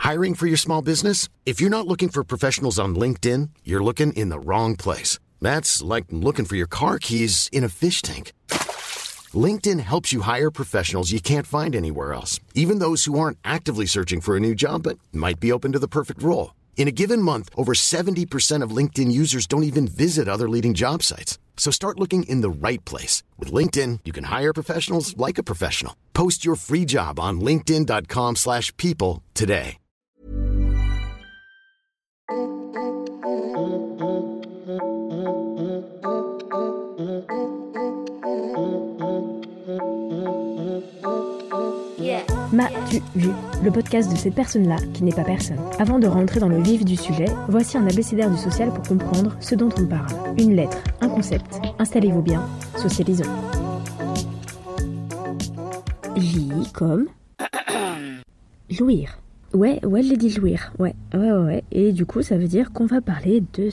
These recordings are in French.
Hiring for your small business? If you're not looking for professionals on LinkedIn, you're looking in the wrong place. That's like looking for your car keys in a fish tank. LinkedIn helps you hire professionals you can't find anywhere else, even those who aren't actively searching for a new job but might be open to the perfect role. In a given month, over 70% of LinkedIn users don't even visit other leading job sites. So start looking in the right place. With LinkedIn, you can hire professionals like a professional. Post your free job on linkedin.com/people today. M'as-tu vu, le podcast de cette personne-là qui n'est pas personne. Avant de rentrer dans le vif du sujet, voici un abécédaire du social pour comprendre ce dont on parle. Une lettre, un concept, installez-vous bien, socialisons. J comme... jouir. Ouais, je l'ai dit jouir, ouais. Et du coup, ça veut dire qu'on va parler de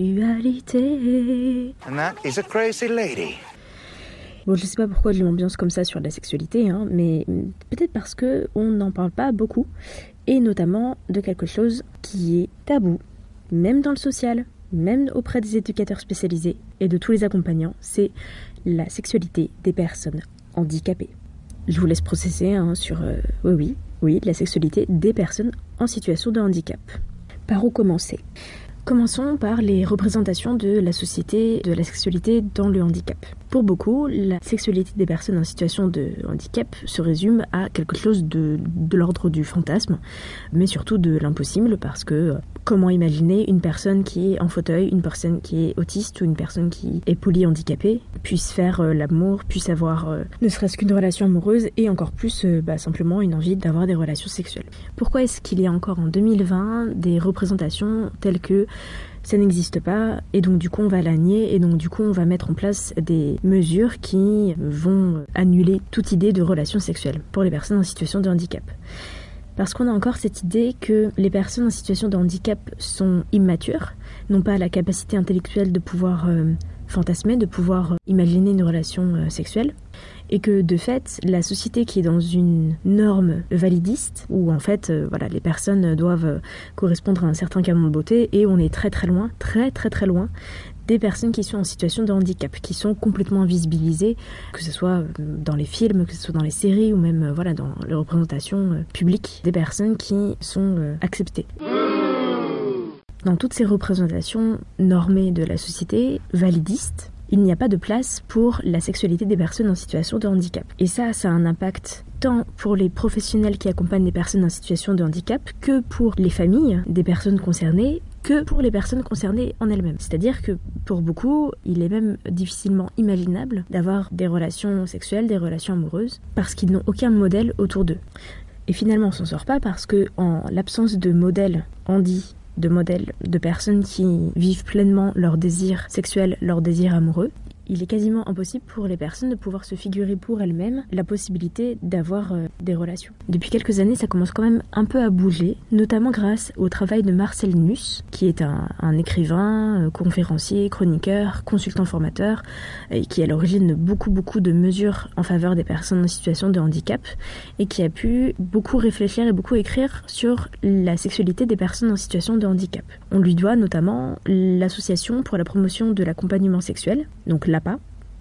sexualité. And that is a crazy lady. Bon, je sais pas pourquoi je m'ambiance comme ça sur la sexualité, mais peut-être parce que on n'en parle pas beaucoup, et notamment de quelque chose qui est tabou, même dans le social, même auprès des éducateurs spécialisés et de tous les accompagnants, c'est la sexualité des personnes handicapées. Je vous laisse processer sur, oui, la sexualité des personnes en situation de handicap. Par où commencer ? Commençons par les représentations de la société de la sexualité dans le handicap. Pour beaucoup, la sexualité des personnes en situation de handicap se résume à quelque chose de l'ordre du fantasme, mais surtout de l'impossible, parce que comment imaginer une personne qui est en fauteuil, une personne qui est autiste ou une personne qui est polyhandicapée puisse faire l'amour, puisse avoir ne serait-ce qu'une relation amoureuse et encore plus simplement une envie d'avoir des relations sexuelles. Pourquoi est-ce qu'il y a encore en 2020 des représentations telles que ça n'existe pas et donc du coup on va la nier et donc du coup on va mettre en place des mesures qui vont annuler toute idée de relation sexuelle pour les personnes en situation de handicap. Parce qu'on a encore cette idée que les personnes en situation de handicap sont immatures, n'ont pas la capacité intellectuelle de pouvoir fantasmer, de pouvoir imaginer une relation sexuelle, et que de fait, la société qui est dans une norme validiste, où en fait, les personnes doivent correspondre à un certain canon de beauté, et on est très loin des personnes qui sont en situation de handicap, qui sont complètement invisibilisées, que ce soit dans les films, que ce soit dans les séries, ou même dans les représentations publiques des personnes qui sont acceptées. Dans toutes ces représentations normées de la société, validistes, il n'y a pas de place pour la sexualité des personnes en situation de handicap. Et ça a un impact tant pour les professionnels qui accompagnent les personnes en situation de handicap que pour les familles des personnes concernées, que pour les personnes concernées en elles-mêmes. C'est-à-dire que pour beaucoup, il est même difficilement imaginable d'avoir des relations sexuelles, des relations amoureuses, parce qu'ils n'ont aucun modèle autour d'eux. Et finalement, on s'en sort pas parce que en l'absence de modèle handi, de modèles de personnes qui vivent pleinement leur désir sexuel, leur désir amoureux, il est quasiment impossible pour les personnes de pouvoir se figurer pour elles-mêmes la possibilité d'avoir des relations. Depuis quelques années, ça commence quand même un peu à bouger, notamment grâce au travail de Marcel Nuss, qui est un écrivain, conférencier, chroniqueur, consultant formateur, et qui est à l'origine de beaucoup de mesures en faveur des personnes en situation de handicap, et qui a pu beaucoup réfléchir et beaucoup écrire sur la sexualité des personnes en situation de handicap. On lui doit notamment l'Association pour la promotion de l'accompagnement sexuel, donc l'APA,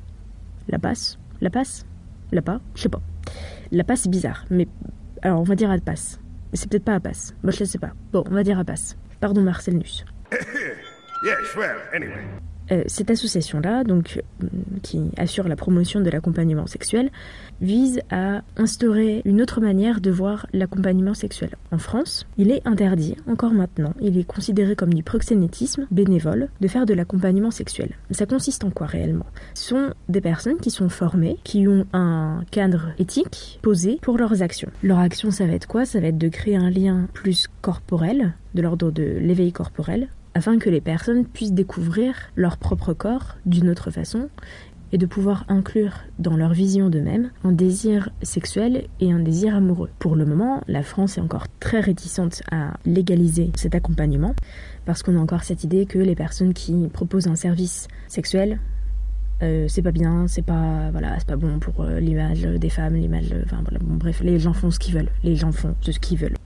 je sais pas. L'APA c'est bizarre, mais alors on va dire APAS. C'est peut-être pas APAS, moi je le sais pas. Bon, on va dire APAS. Pardon Marcel Nuss. Yes, well, anyway. Cette association-là, donc, qui assure la promotion de l'accompagnement sexuel, vise à instaurer une autre manière de voir l'accompagnement sexuel. En France, il est interdit, encore maintenant, il est considéré comme du proxénétisme bénévole, de faire de l'accompagnement sexuel. Ça consiste en quoi réellement ? Ce sont des personnes qui sont formées, qui ont un cadre éthique posé pour leurs actions. Leur action, ça va être quoi ? Ça va être de créer un lien plus corporel, de l'ordre de l'éveil corporel, afin que les personnes puissent découvrir leur propre corps d'une autre façon et de pouvoir inclure dans leur vision d'eux-mêmes un désir sexuel et un désir amoureux. Pour le moment, la France est encore très réticente à légaliser cet accompagnement parce qu'on a encore cette idée que les personnes qui proposent un service sexuel, c'est pas bien, c'est pas bon pour l'image des femmes, bref, les gens font ce qu'ils veulent,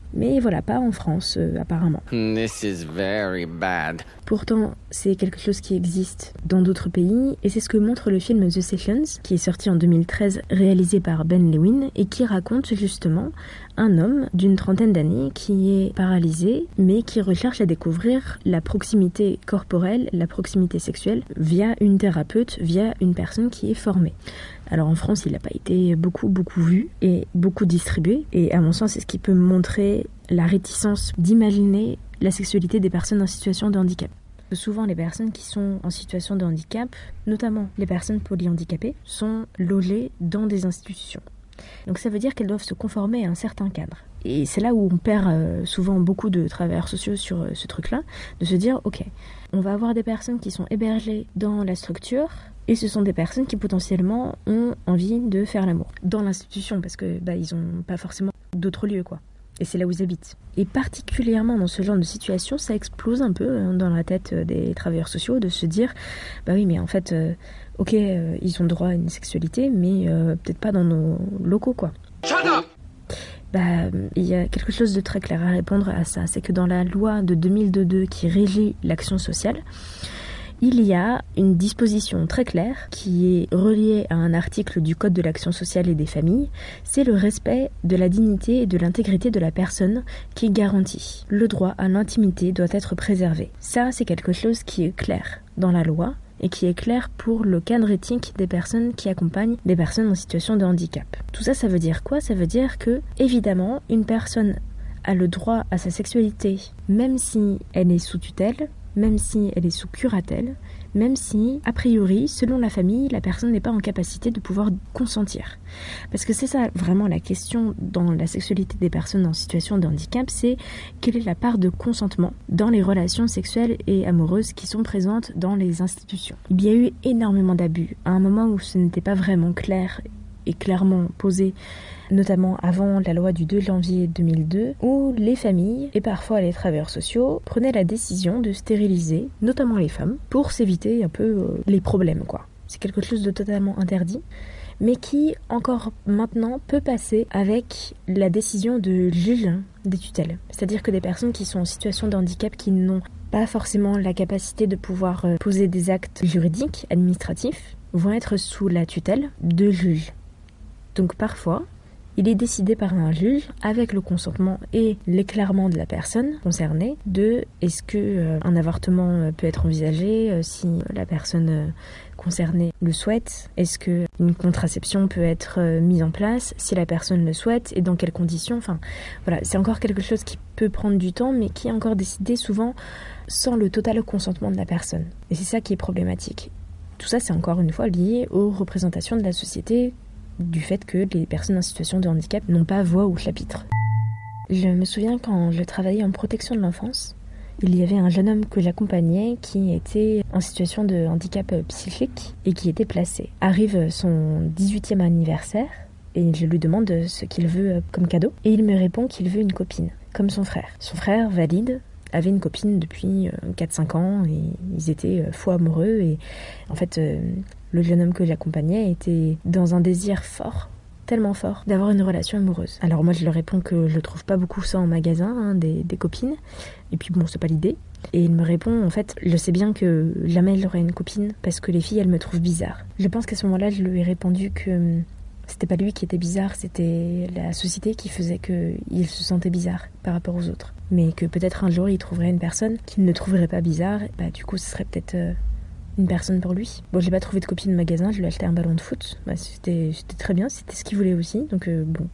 Mais voilà, pas en France, apparemment. This is very bad. Pourtant, c'est quelque chose qui existe dans d'autres pays, et c'est ce que montre le film The Sessions, qui est sorti en 2013, réalisé par Ben Lewin, et qui raconte justement un homme d'une trentaine d'années qui est paralysé, mais qui recherche à découvrir la proximité corporelle, la proximité sexuelle, via une thérapeute, via une personne qui est formée. Alors en France, il n'a pas été beaucoup vu et beaucoup distribué, et à mon sens, c'est ce qui peut montrer la réticence d'imaginer la sexualité des personnes en situation de handicap. Souvent, les personnes qui sont en situation de handicap, notamment les personnes polyhandicapées, sont logées dans des institutions. Donc ça veut dire qu'elles doivent se conformer à un certain cadre. Et c'est là où on perd souvent beaucoup de travailleurs sociaux sur ce truc-là, de se dire, ok, on va avoir des personnes qui sont hébergées dans la structure, et ce sont des personnes qui potentiellement ont envie de faire l'amour dans l'institution, parce que ils n'ont pas forcément d'autres lieux, quoi. Et c'est là où ils habitent. Et particulièrement dans ce genre de situation, ça explose un peu dans la tête des travailleurs sociaux de se dire, oui, mais en fait, ils ont droit à une sexualité, mais peut-être pas dans nos locaux, quoi. Shut up! Il y a quelque chose de très clair à répondre à ça, c'est que dans la loi de 2002 qui régit l'action sociale, il y a une disposition très claire qui est reliée à un article du Code de l'action sociale et des familles, c'est le respect de la dignité et de l'intégrité de la personne qui est garanti. Le droit à l'intimité doit être préservé. Ça, c'est quelque chose qui est clair dans la loi et qui est clair pour le cadre éthique des personnes qui accompagnent des personnes en situation de handicap. Tout ça, ça veut dire quoi? Ça veut dire que, évidemment, une personne a le droit à sa sexualité, même si elle est sous tutelle, même si elle est sous curatelle, même si, a priori, selon la famille, la personne n'est pas en capacité de pouvoir consentir. Parce que c'est ça vraiment la question dans la sexualité des personnes en situation de handicap, c'est quelle est la part de consentement dans les relations sexuelles et amoureuses qui sont présentes dans les institutions. Il y a eu énormément d'abus, à un moment où ce n'était pas vraiment clair et clairement posé, notamment avant la loi du 2 janvier 2002, où les familles et parfois les travailleurs sociaux prenaient la décision de stériliser, notamment les femmes, pour s'éviter un peu les problèmes, quoi. C'est quelque chose de totalement interdit, mais qui, encore maintenant, peut passer avec la décision de juge des tutelles. C'est-à-dire que des personnes qui sont en situation de handicap, qui n'ont pas forcément la capacité de pouvoir poser des actes juridiques, administratifs, vont être sous la tutelle de juges. Donc parfois, il est décidé par un juge, avec le consentement et l'éclairement de la personne concernée, de est-ce que un avortement peut être envisagé si la personne concernée le souhaite, est-ce que une contraception peut être mise en place si la personne le souhaite et dans quelles conditions. Enfin, voilà, c'est encore quelque chose qui peut prendre du temps, mais qui est encore décidé souvent sans le total consentement de la personne. Et c'est ça qui est problématique. Tout ça, c'est encore une fois lié aux représentations de la société, du fait que les personnes en situation de handicap n'ont pas voix au chapitre. Je me souviens quand je travaillais en protection de l'enfance, il y avait un jeune homme que j'accompagnais qui était en situation de handicap psychique et qui était placé. Arrive son 18e anniversaire et je lui demande ce qu'il veut comme cadeau et il me répond qu'il veut une copine, comme son frère. Son frère, valide, avait une copine depuis 4-5 ans et ils étaient fous amoureux et en fait le jeune homme que j'accompagnais était dans un désir fort, tellement fort, d'avoir une relation amoureuse. Alors moi je leur réponds que je trouve pas beaucoup ça en magasin, des copines, et puis bon c'est pas l'idée. Et il me répond en fait je sais bien que jamais j'aurai une copine parce que les filles elles me trouvent bizarre. Je pense qu'à ce moment-là je lui ai répondu que c'était pas lui qui était bizarre, c'était la société qui faisait qu'il se sentait bizarre par rapport aux autres. Mais que peut-être un jour il trouverait une personne qu'il ne trouverait pas bizarre, du coup ce serait peut-être une personne pour lui. Bon, je l'ai pas trouvé de copine de magasin, je lui ai acheté un ballon de foot. C'était très bien, c'était ce qu'il voulait aussi, donc bon.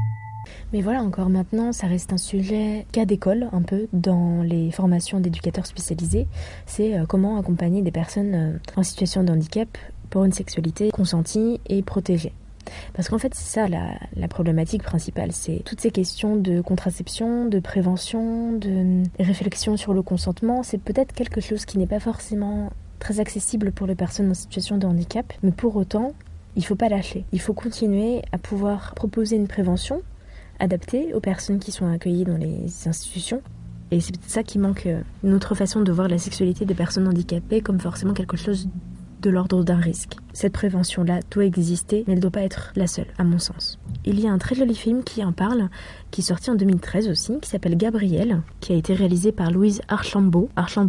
Mais voilà, encore maintenant, ça reste un sujet cas d'école, un peu, dans les formations d'éducateurs spécialisés. C'est comment accompagner des personnes en situation de handicap pour une sexualité consentie et protégée. Parce qu'en fait, c'est ça la problématique principale, c'est toutes ces questions de contraception, de prévention, de réflexion sur le consentement, c'est peut-être quelque chose qui n'est pas forcément très accessible pour les personnes en situation de handicap, mais pour autant, il ne faut pas lâcher. Il faut continuer à pouvoir proposer une prévention adaptée aux personnes qui sont accueillies dans les institutions. Et c'est peut-être ça qui manque, une autre façon de voir la sexualité des personnes handicapées comme forcément quelque chose de l'ordre d'un risque. Cette prévention-là doit exister, mais elle ne doit pas être la seule, à mon sens. Il y a un très joli film qui en parle, qui est sorti en 2013 aussi, qui s'appelle Gabrielle, qui a été réalisé par Louise Archambault,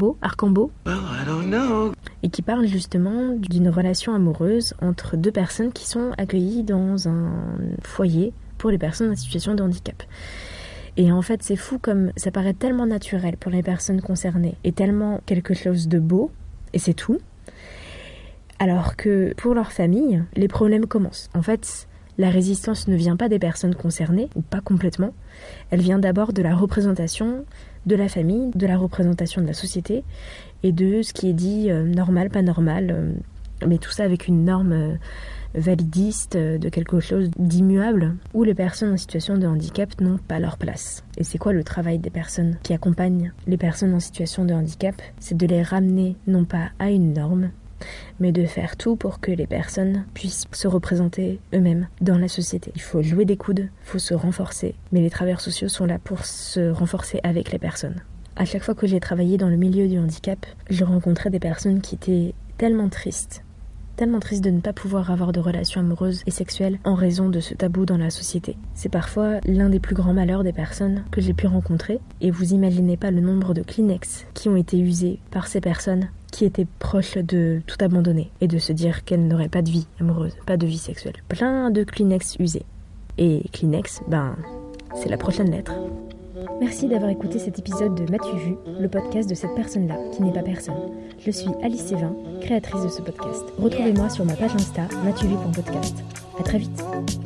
et qui parle justement d'une relation amoureuse entre deux personnes qui sont accueillies dans un foyer pour les personnes en situation de handicap. Et en fait, c'est fou comme ça paraît tellement naturel pour les personnes concernées et tellement quelque chose de beau, et c'est tout. Alors que pour leur famille, les problèmes commencent. En fait, la résistance ne vient pas des personnes concernées, ou pas complètement. Elle vient d'abord de la représentation de la famille, de la représentation de la société, et de ce qui est dit normal, pas normal, mais tout ça avec une norme validiste de quelque chose d'immuable, où les personnes en situation de handicap n'ont pas leur place. Et c'est quoi le travail des personnes qui accompagnent les personnes en situation de handicap ? C'est de les ramener non pas à une norme, mais de faire tout pour que les personnes puissent se représenter eux-mêmes dans la société. Il faut jouer des coudes, il faut se renforcer, mais les travailleurs sociaux sont là pour se renforcer avec les personnes. À chaque fois que j'ai travaillé dans le milieu du handicap, je rencontrais des personnes qui étaient tellement tristes de ne pas pouvoir avoir de relations amoureuses et sexuelles en raison de ce tabou dans la société. C'est parfois l'un des plus grands malheurs des personnes que j'ai pu rencontrer, et vous imaginez pas le nombre de Kleenex qui ont été usés par ces personnes qui étaient proches de tout abandonner et de se dire qu'elles n'auraient pas de vie amoureuse, pas de vie sexuelle. Plein de Kleenex usés. Et Kleenex, c'est la prochaine lettre. Merci d'avoir écouté cet épisode de M'as-tu vu, le podcast de cette personne-là, qui n'est pas personne. Je suis Alice Sévin, créatrice de ce podcast. Retrouvez-moi sur ma page Insta, m'as-tu vu.podcast. À très vite.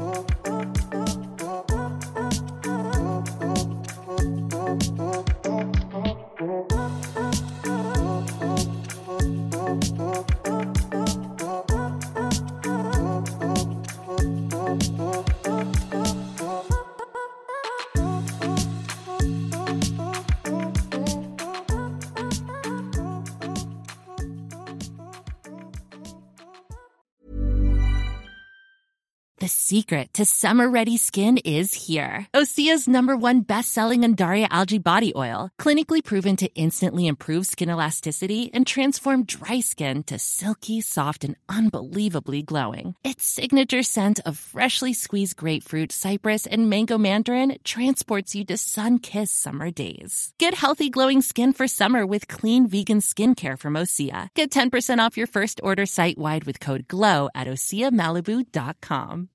The secret to summer-ready skin is here. Osea's #1 best-selling Undaria Algae Body Oil, clinically proven to instantly improve skin elasticity and transform dry skin to silky, soft, and unbelievably glowing. Its signature scent of freshly squeezed grapefruit, cypress, and mango mandarin transports you to sun-kissed summer days. Get healthy, glowing skin for summer with clean vegan skincare from Osea. Get 10% off your first order site-wide with code GLOW at OseaMalibu.com.